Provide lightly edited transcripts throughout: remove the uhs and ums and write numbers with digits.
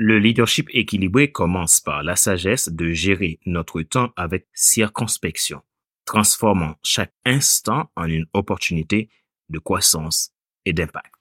Le leadership équilibré commence par la sagesse de gérer notre temps avec circonspection, transformant chaque instant en une opportunité de croissance et d'impact.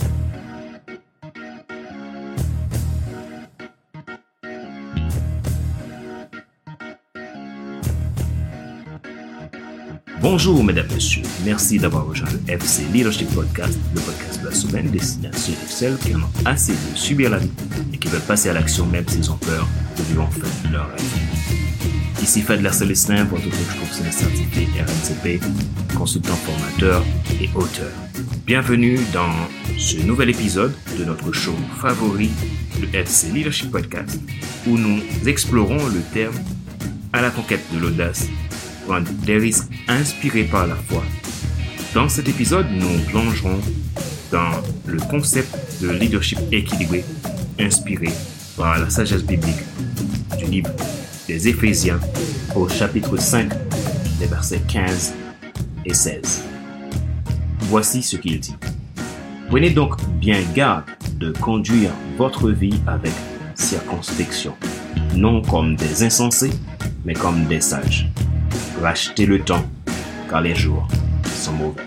Bonjour mesdames, messieurs. Merci d'avoir rejoint le FC Leadership Podcast, le podcast de la semaine destiné à ceux et celles qui en ont assez de subir la vie et qui veulent passer à l'action même s'ils ont peur de vivre enfin leur rêve. Ici Fadler Célestin, votre coach professionnel certifié RNCP, consultant formateur et auteur. Bienvenue dans ce nouvel épisode de notre show favori, le FC Leadership Podcast, où nous explorons le terme à la conquête de l'audace, prendre des risques inspirés par la foi. Dans cet épisode, nous plongerons dans le concept de leadership équilibré, inspiré par la sagesse biblique du livre des Éphésiens au chapitre 5, des versets 15 et 16. Voici ce qu'il dit. Prenez donc bien garde de conduire votre vie avec circonspection, non comme des insensés, mais comme des sages. Rachetez le temps, car les jours sont mauvais.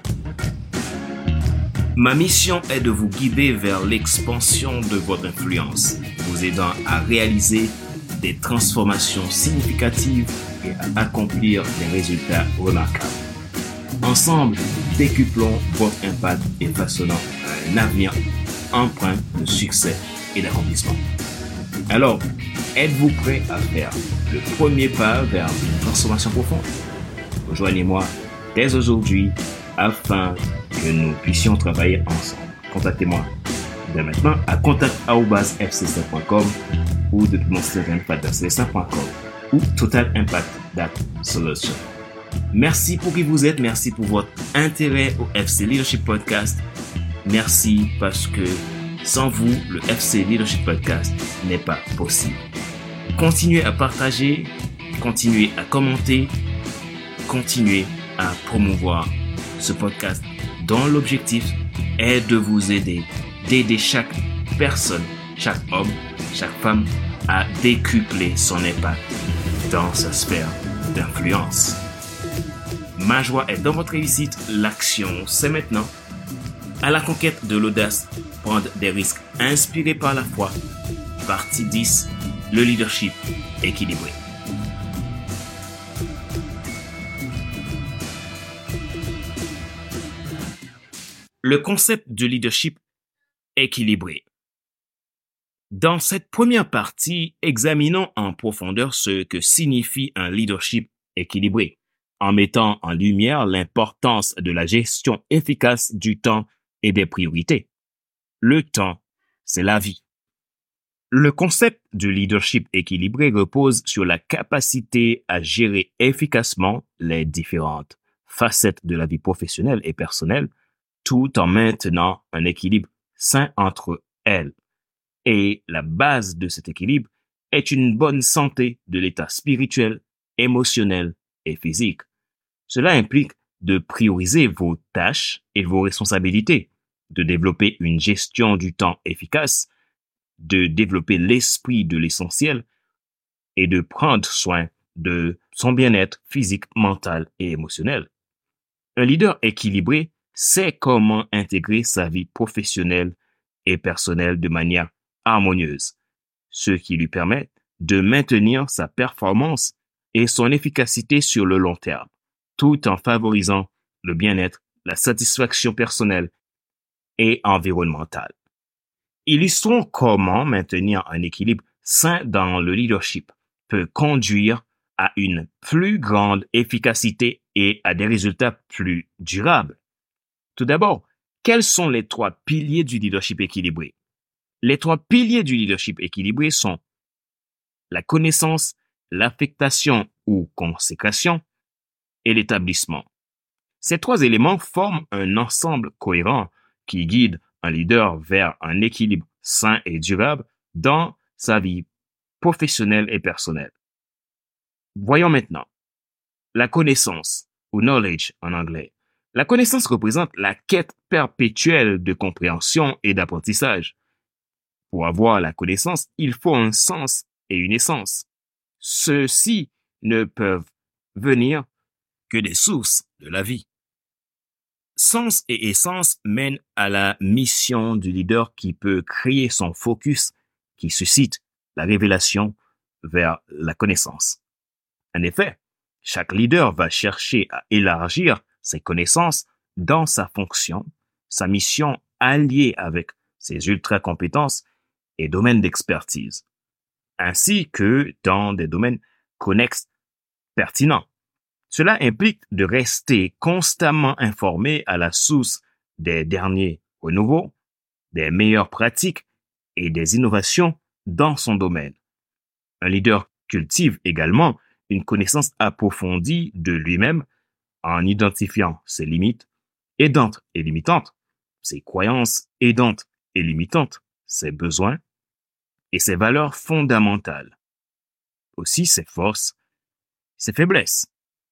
Ma mission est de vous guider vers l'expansion de votre influence, vous aidant à réaliser des transformations significatives et à accomplir des résultats remarquables. Ensemble, décuplons votre impact et façonnons un avenir empreint de succès et d'accomplissement. Alors, êtes-vous prêt à faire le premier pas vers une transformation profonde? Rejoignez-moi dès aujourd'hui afin que nous puissions travailler ensemble. Contactez-moi dès maintenant à contact@fcc.com ou de mon site fadlercélestin.com ou totalimpact.solution. Merci pour qui vous êtes, merci pour votre intérêt au FC Leadership Podcast. Merci parce que sans vous, le FC Leadership Podcast n'est pas possible. Continuez à partager, continuez à commenter, continuez à promouvoir ce podcast dont l'objectif est de vous aider, d'aider chaque personne, chaque homme, chaque femme à décupler son impact dans sa sphère d'influence. Ma joie est dans votre réussite, l'action c'est maintenant. À la conquête de l'audace, prendre des risques inspirés par la foi. Partie 10, le leadership équilibré. Le concept de leadership équilibré. Dans cette première partie, examinons en profondeur ce que signifie un leadership équilibré, en mettant en lumière l'importance de la gestion efficace du temps et des priorités. Le temps, c'est la vie. Le concept de leadership équilibré repose sur la capacité à gérer efficacement les différentes facettes de la vie professionnelle et personnelle, tout en maintenant un équilibre sain entre elles. Et la base de cet équilibre est une bonne santé de l'état spirituel, émotionnel et physique. Cela implique de prioriser vos tâches et vos responsabilités, de développer une gestion du temps efficace, de développer l'esprit de l'essentiel et de prendre soin de son bien-être physique, mental et émotionnel. Un leader équilibré sait comment intégrer sa vie professionnelle et personnelle de manière harmonieuse, ce qui lui permet de maintenir sa performance et son efficacité sur le long terme, tout en favorisant le bien-être, la satisfaction personnelle et environnementale. Illustrons comment maintenir un équilibre sain dans le leadership peut conduire à une plus grande efficacité et à des résultats plus durables. Tout d'abord, quels sont les 3 piliers du leadership équilibré? Les 3 piliers du leadership équilibré sont la connaissance, l'affectation ou consécration et l'établissement. Ces 3 éléments forment un ensemble cohérent qui guide un leader vers un équilibre sain et durable dans sa vie professionnelle et personnelle. Voyons maintenant la connaissance, ou knowledge en anglais. La connaissance représente la quête perpétuelle de compréhension et d'apprentissage. Pour avoir la connaissance, il faut un sens et une essence. Ceux-ci ne peuvent venir que des sources de la vie. Sens et essence mènent à la mission du leader qui peut créer son focus qui suscite la révélation vers la connaissance. En effet, chaque leader va chercher à élargir ses connaissances dans sa fonction, sa mission alliée avec ses ultra-compétences et domaines d'expertise, ainsi que dans des domaines connexes pertinents. Cela implique de rester constamment informé à la source des derniers renouveaux, des meilleures pratiques et des innovations dans son domaine. Un leader cultive également une connaissance approfondie de lui-même en identifiant ses limites aidantes et limitantes, ses croyances aidantes et limitantes, ses besoins et ses valeurs fondamentales, aussi ses forces, ses faiblesses.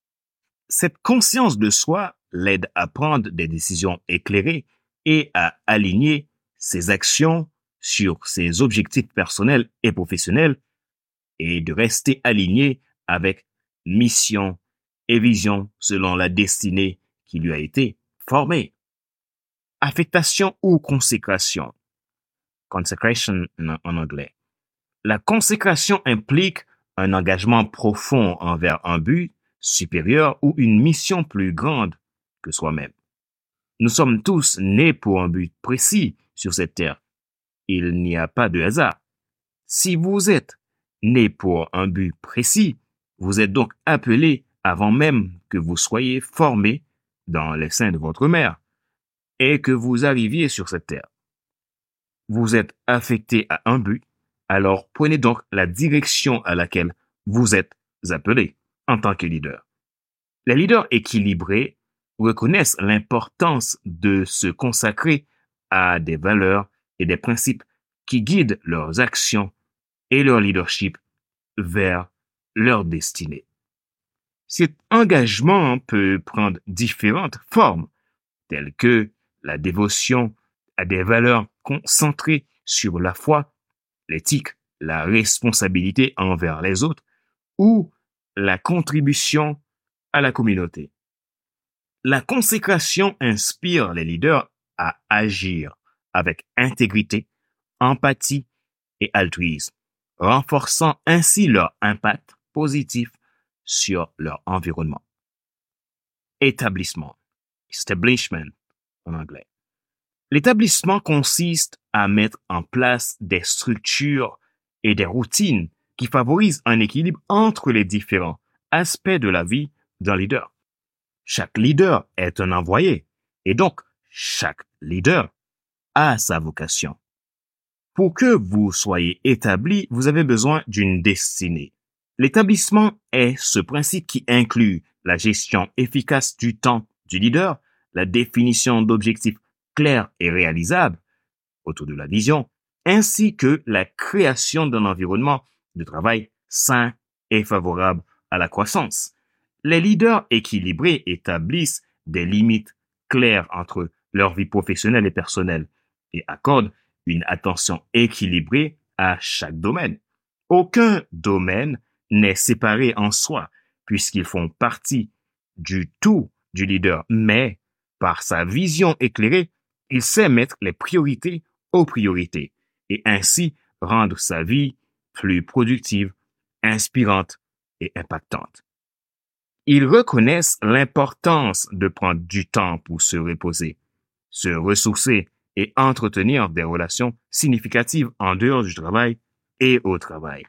Cette conscience de soi l'aide à prendre des décisions éclairées et à aligner ses actions sur ses objectifs personnels et professionnels et de rester aligné avec mission et vision selon la destinée qui lui a été formée. Affectation ou consécration. Consecration en anglais. La consécration implique un engagement profond envers un but supérieur ou une mission plus grande que soi-même. Nous sommes tous nés pour un but précis sur cette terre. Il n'y a pas de hasard. Si vous êtes né pour un but précis, vous êtes donc appelé avant même que vous soyez formé dans les seins de votre mère et que vous arriviez sur cette terre. Vous êtes affecté à un but, alors prenez donc la direction à laquelle vous êtes appelé en tant que leader. Les leaders équilibrés reconnaissent l'importance de se consacrer à des valeurs et des principes qui guident leurs actions et leur leadership vers leur destinée. Cet engagement peut prendre différentes formes, telles que la dévotion à des valeurs concentrées sur la foi, l'éthique, la responsabilité envers les autres ou la contribution à la communauté. La consécration inspire les leaders à agir avec intégrité, empathie et altruisme, renforçant ainsi leur impact positif sur leur environnement. Établissement, establishment en anglais. L'établissement consiste à mettre en place des structures et des routines qui favorisent un équilibre entre les différents aspects de la vie d'un leader. Chaque leader est un envoyé et donc chaque leader a sa vocation. Pour que vous soyez établi, vous avez besoin d'une destinée. L'établissement est ce principe qui inclut la gestion efficace du temps du leader, la définition d'objectifs clairs et réalisables autour de la vision, ainsi que la création d'un environnement de travail sain et favorable à la croissance. Les leaders équilibrés établissent des limites claires entre leur vie professionnelle et personnelle et accordent une attention équilibrée à chaque domaine. Aucun domaine n'est séparé en soi, puisqu'ils font partie du tout du leader, mais par sa vision éclairée, il sait mettre les priorités aux priorités et ainsi rendre sa vie plus productive, inspirante et impactante. Ils reconnaissent l'importance de prendre du temps pour se reposer, se ressourcer et entretenir des relations significatives en dehors du travail et au travail.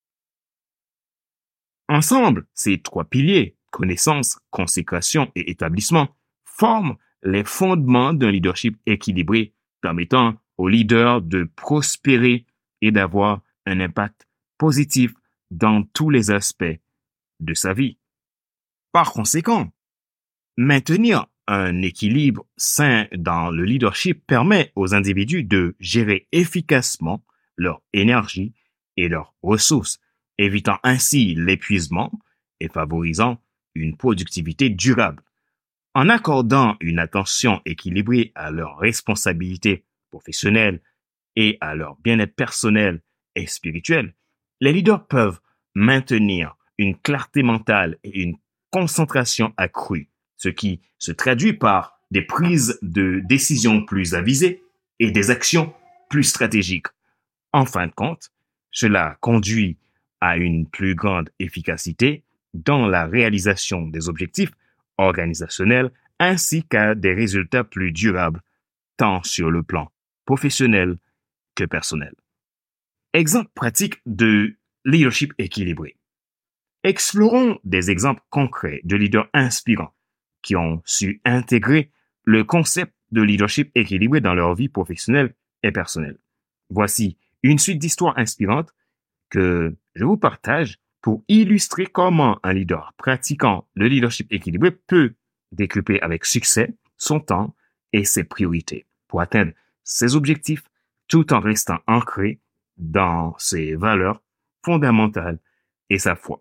Ensemble, ces trois piliers, connaissance, consécration et établissement, forment les fondements d'un leadership équilibré, permettant au leader de prospérer et d'avoir un impact positif dans tous les aspects de sa vie. Par conséquent, maintenir un équilibre sain dans le leadership permet aux individus de gérer efficacement leur énergie et leurs ressources, évitant ainsi l'épuisement et favorisant une productivité durable. En accordant une attention équilibrée à leurs responsabilités professionnelles et à leur bien-être personnel et spirituel, les leaders peuvent maintenir une clarté mentale et une concentration accrue, ce qui se traduit par des prises de décisions plus avisées et des actions plus stratégiques. En fin de compte, cela conduit à une plus grande efficacité dans la réalisation des objectifs organisationnels ainsi qu'à des résultats plus durables, tant sur le plan professionnel que personnel. Exemple pratique de leadership équilibré. Explorons des exemples concrets de leaders inspirants qui ont su intégrer le concept de leadership équilibré dans leur vie professionnelle et personnelle. Voici une suite d'histoires inspirantes que je vous partage pour illustrer comment un leader pratiquant le leadership équilibré peut décupler avec succès son temps et ses priorités pour atteindre ses objectifs tout en restant ancré dans ses valeurs fondamentales et sa foi.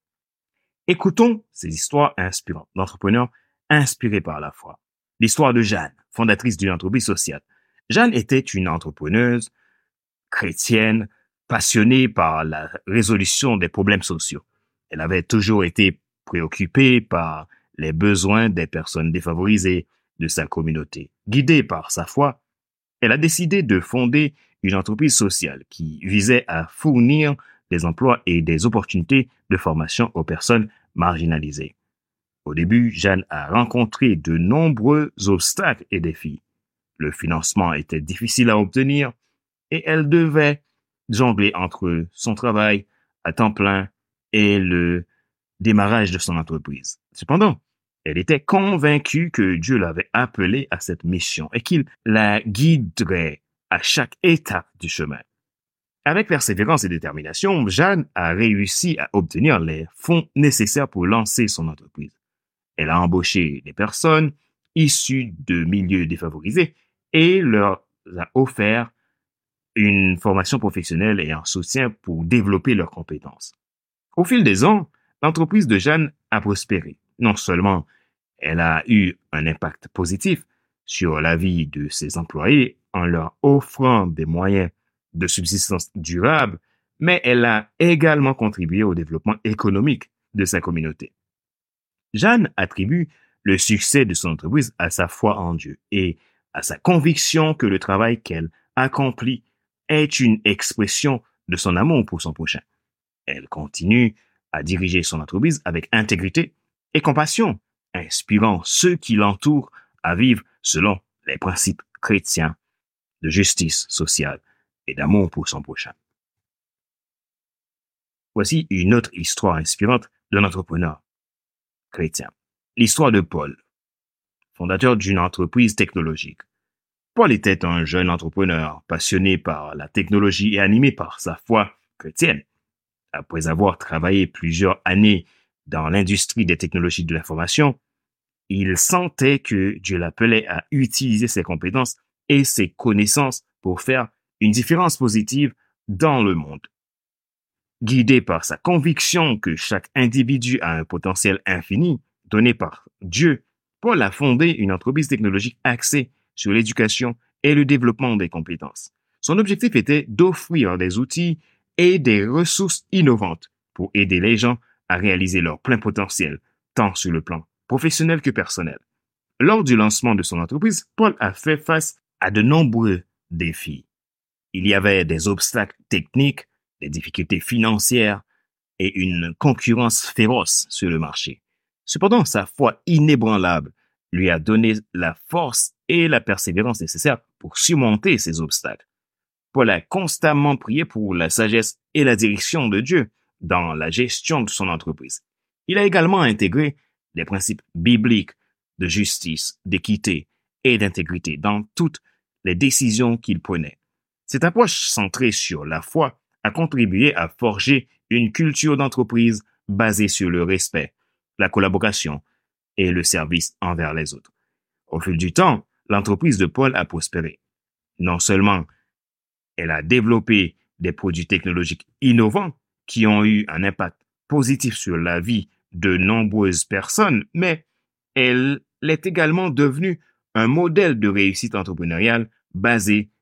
Écoutons ces histoires inspirantes d'entrepreneurs inspirés par la foi. L'histoire de Jeanne, fondatrice d'une entreprise sociale. Jeanne était une entrepreneuse chrétienne, passionnée par la résolution des problèmes sociaux. Elle avait toujours été préoccupée par les besoins des personnes défavorisées de sa communauté. Guidée par sa foi, elle a décidé de fonder une entreprise sociale qui visait à fournir des emplois et des opportunités de formation aux personnes marginalisées. Au début, Jeanne a rencontré de nombreux obstacles et défis. Le financement était difficile à obtenir et elle devait jongler entre son travail à temps plein et le démarrage de son entreprise. Cependant, elle était convaincue que Dieu l'avait appelée à cette mission et qu'il la guiderait à chaque étape du chemin. Avec persévérance et détermination, Jeanne a réussi à obtenir les fonds nécessaires pour lancer son entreprise. Elle a embauché des personnes issues de milieux défavorisés et leur a offert une formation professionnelle et un soutien pour développer leurs compétences. Au fil des ans, l'entreprise de Jeanne a prospéré. Non seulement elle a eu un impact positif sur la vie de ses employés en leur offrant des moyens de subsistance durable, mais elle a également contribué au développement économique de sa communauté. Jeanne attribue le succès de son entreprise à sa foi en Dieu et à sa conviction que le travail qu'elle accomplit est une expression de son amour pour son prochain. Elle continue à diriger son entreprise avec intégrité et compassion, inspirant ceux qui l'entourent à vivre selon les principes chrétiens de justice sociale et d'amour pour son prochain. Voici une autre histoire inspirante d'un entrepreneur chrétien. L'histoire de Paul, fondateur d'une entreprise technologique. Paul était un jeune entrepreneur passionné par la technologie et animé par sa foi chrétienne. Après avoir travaillé plusieurs années dans l'industrie des technologies de l'information, il sentait que Dieu l'appelait à utiliser ses compétences et ses connaissances pour faire une différence positive dans le monde. Guidé par sa conviction que chaque individu a un potentiel infini donné par Dieu, Paul a fondé une entreprise technologique axée sur l'éducation et le développement des compétences. Son objectif était d'offrir des outils et des ressources innovantes pour aider les gens à réaliser leur plein potentiel, tant sur le plan professionnel que personnel. Lors du lancement de son entreprise, Paul a fait face à de nombreux défis. Il y avait des obstacles techniques, des difficultés financières et une concurrence féroce sur le marché. Cependant, sa foi inébranlable lui a donné la force et la persévérance nécessaires pour surmonter ces obstacles. Paul a constamment prié pour la sagesse et la direction de Dieu dans la gestion de son entreprise. Il a également intégré des principes bibliques de justice, d'équité et d'intégrité dans toutes les décisions qu'il prenait. Cette approche centrée sur la foi a contribué à forger une culture d'entreprise basée sur le respect, la collaboration et le service envers les autres. Au fil du temps, l'entreprise de Paul a prospéré. Non seulement elle a développé des produits technologiques innovants qui ont eu un impact positif sur la vie de nombreuses personnes, mais elle est également devenue un modèle de réussite entrepreneuriale basé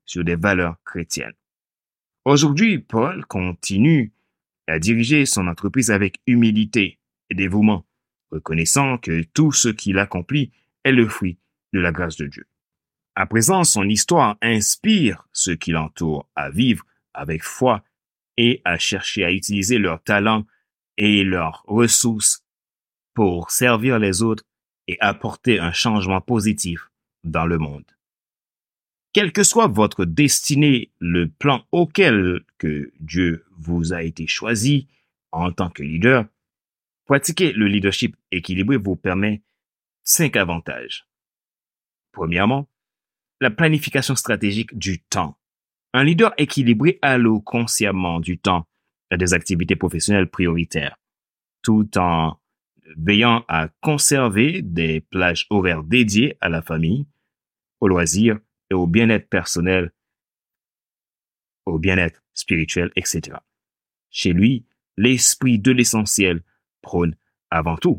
sur des valeurs chrétiennes. Aujourd'hui, Paul continue à diriger son entreprise avec humilité et dévouement, reconnaissant que tout ce qu'il accomplit est le fruit de la grâce de Dieu. À présent, son histoire inspire ceux qui l'entourent à vivre avec foi et à chercher à utiliser leurs talents et leurs ressources pour servir les autres et apporter un changement positif dans le monde. Quelle que soit votre destinée, le plan auquel que Dieu vous a été choisi en tant que leader, pratiquer le leadership équilibré vous permet 5 avantages. Premièrement, la planification stratégique du temps. Un leader équilibré alloue consciemment du temps à des activités professionnelles prioritaires, tout en veillant à conserver des plages horaires dédiées à la famille, aux loisirs et au bien-être personnel, au bien-être spirituel, etc. Chez lui, l'esprit de l'essentiel prône avant tout.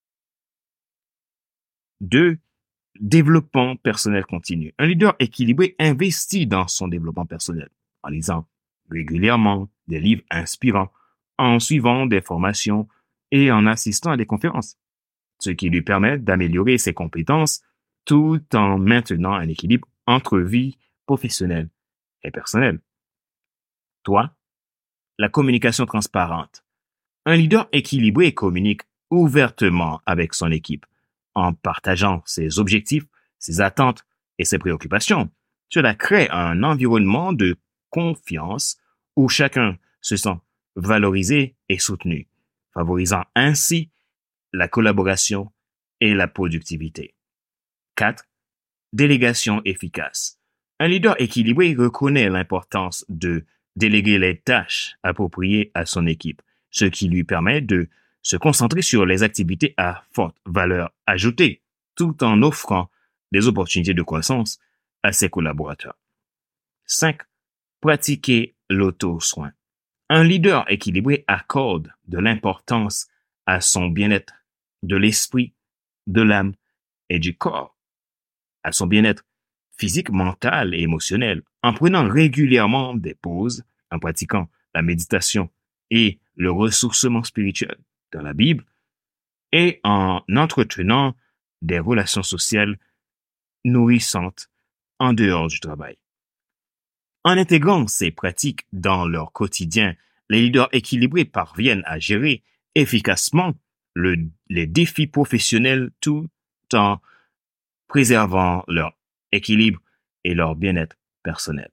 2. Développement personnel continu. Un leader équilibré investit dans son développement personnel en lisant régulièrement des livres inspirants, en suivant des formations et en assistant à des conférences, ce qui lui permet d'améliorer ses compétences tout en maintenant un équilibre entre vie professionnelle et personnelle. 3. La communication transparente. Un leader équilibré communique ouvertement avec son équipe, en partageant ses objectifs, ses attentes et ses préoccupations. Cela crée un environnement de confiance où chacun se sent valorisé et soutenu, favorisant ainsi la collaboration et la productivité. 4. Délégation efficace. Un leader équilibré reconnaît l'importance de déléguer les tâches appropriées à son équipe, ce qui lui permet de se concentrer sur les activités à forte valeur ajoutée, tout en offrant des opportunités de croissance à ses collaborateurs. 5. Pratiquer l'auto-soin. Un leader équilibré accorde de l'importance à son bien-être de l'esprit, de l'âme et du corps, à son bien-être physique, mental et émotionnel, en prenant régulièrement des pauses, en pratiquant la méditation et le ressourcement spirituel dans la Bible, et en entretenant des relations sociales nourrissantes en dehors du travail. En intégrant ces pratiques dans leur quotidien, les leaders équilibrés parviennent à gérer efficacement les défis professionnels tout en préservant leur équilibre et leur bien-être personnel.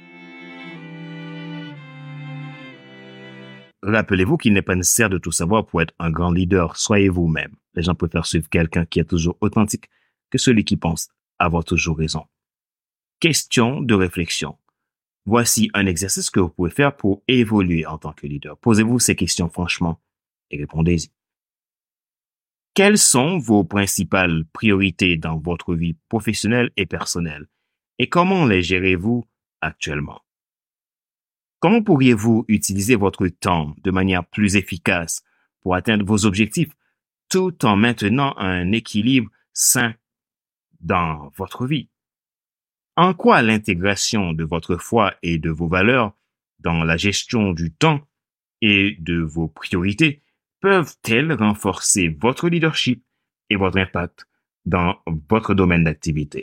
Rappelez-vous qu'il n'est pas nécessaire de tout savoir pour être un grand leader. Soyez vous-même. Les gens préfèrent suivre quelqu'un qui est toujours authentique que celui qui pense avoir toujours raison. Question de réflexion. Voici un exercice que vous pouvez faire pour évoluer en tant que leader. Posez-vous ces questions franchement et répondez-y. Quelles sont vos principales priorités dans votre vie professionnelle et personnelle et comment les gérez-vous actuellement? Comment pourriez-vous utiliser votre temps de manière plus efficace pour atteindre vos objectifs tout en maintenant un équilibre sain dans votre vie? En quoi l'intégration de votre foi et de vos valeurs dans la gestion du temps et de vos priorités peuvent-elles renforcer votre leadership et votre impact dans votre domaine d'activité?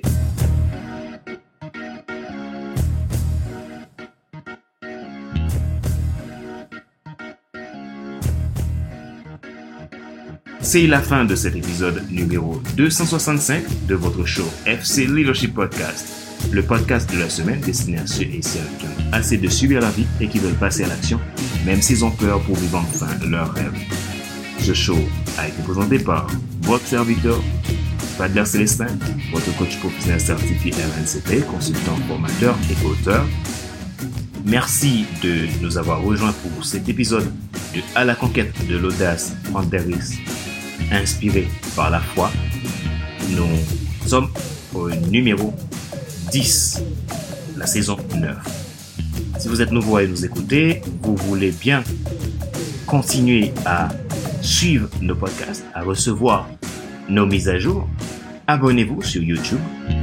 C'est la fin de cet épisode numéro 265 de votre show FC Leadership Podcast, le podcast de la semaine destiné à ceux et celles qui ont assez de subir la vie et qui veulent passer à l'action, même s'ils ont peur pour vivre enfin leur rêve. Ce show a été présenté par votre serviteur, Fadler Célestin, votre coach professionnel certifié RNCP, consultant, formateur et auteur. Merci de nous avoir rejoints pour cet épisode de À la conquête de l'audace, prendre des risques, inspiré par la foi. Nous sommes au numéro 10, la saison 9. Si vous êtes nouveau à nous écouter, vous voulez bien continuer à suivre nos podcasts, à recevoir nos mises à jour, abonnez-vous sur YouTube,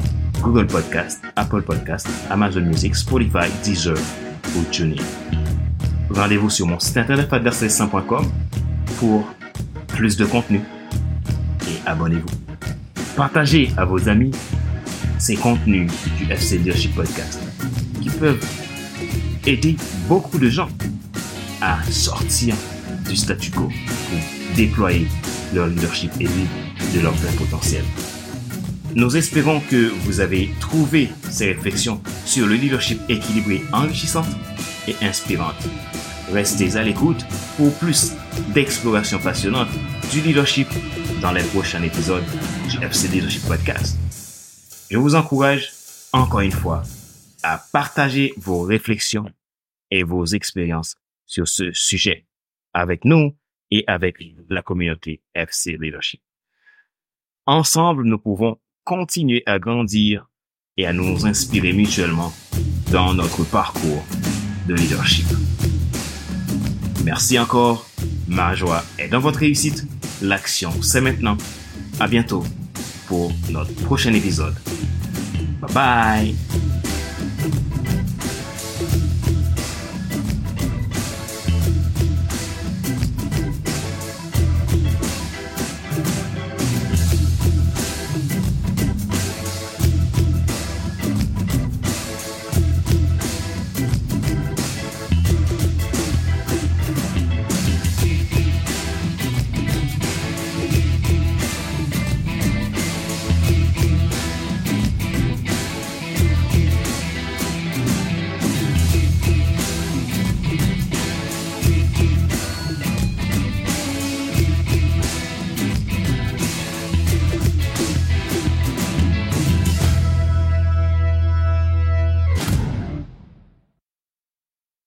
Google Podcast, Apple Podcast, Amazon Music, Spotify, Deezer ou TuneIn. Rendez-vous sur mon site internet adversaire100.com pour plus de contenu et abonnez-vous. Partagez à vos amis ces contenus du FC Leadership Podcast qui peuvent aider beaucoup de gens à sortir du statu quo pour déployer leur leadership et vivre de leur plein potentiel. Nous espérons que vous avez trouvé ces réflexions sur le leadership équilibré enrichissantes et inspirantes. Restez à l'écoute pour plus d'explorations passionnantes du leadership dans les prochains épisodes du FC Leadership Podcast. Je vous encourage encore une fois à partager vos réflexions et vos expériences sur ce sujet avec nous et avec la communauté FC Leadership. Ensemble, nous pouvons continuer à grandir et à nous inspirer mutuellement dans notre parcours de leadership. Merci encore. Ma joie est dans votre réussite. L'action, c'est maintenant. À bientôt pour notre prochain épisode. Bye bye.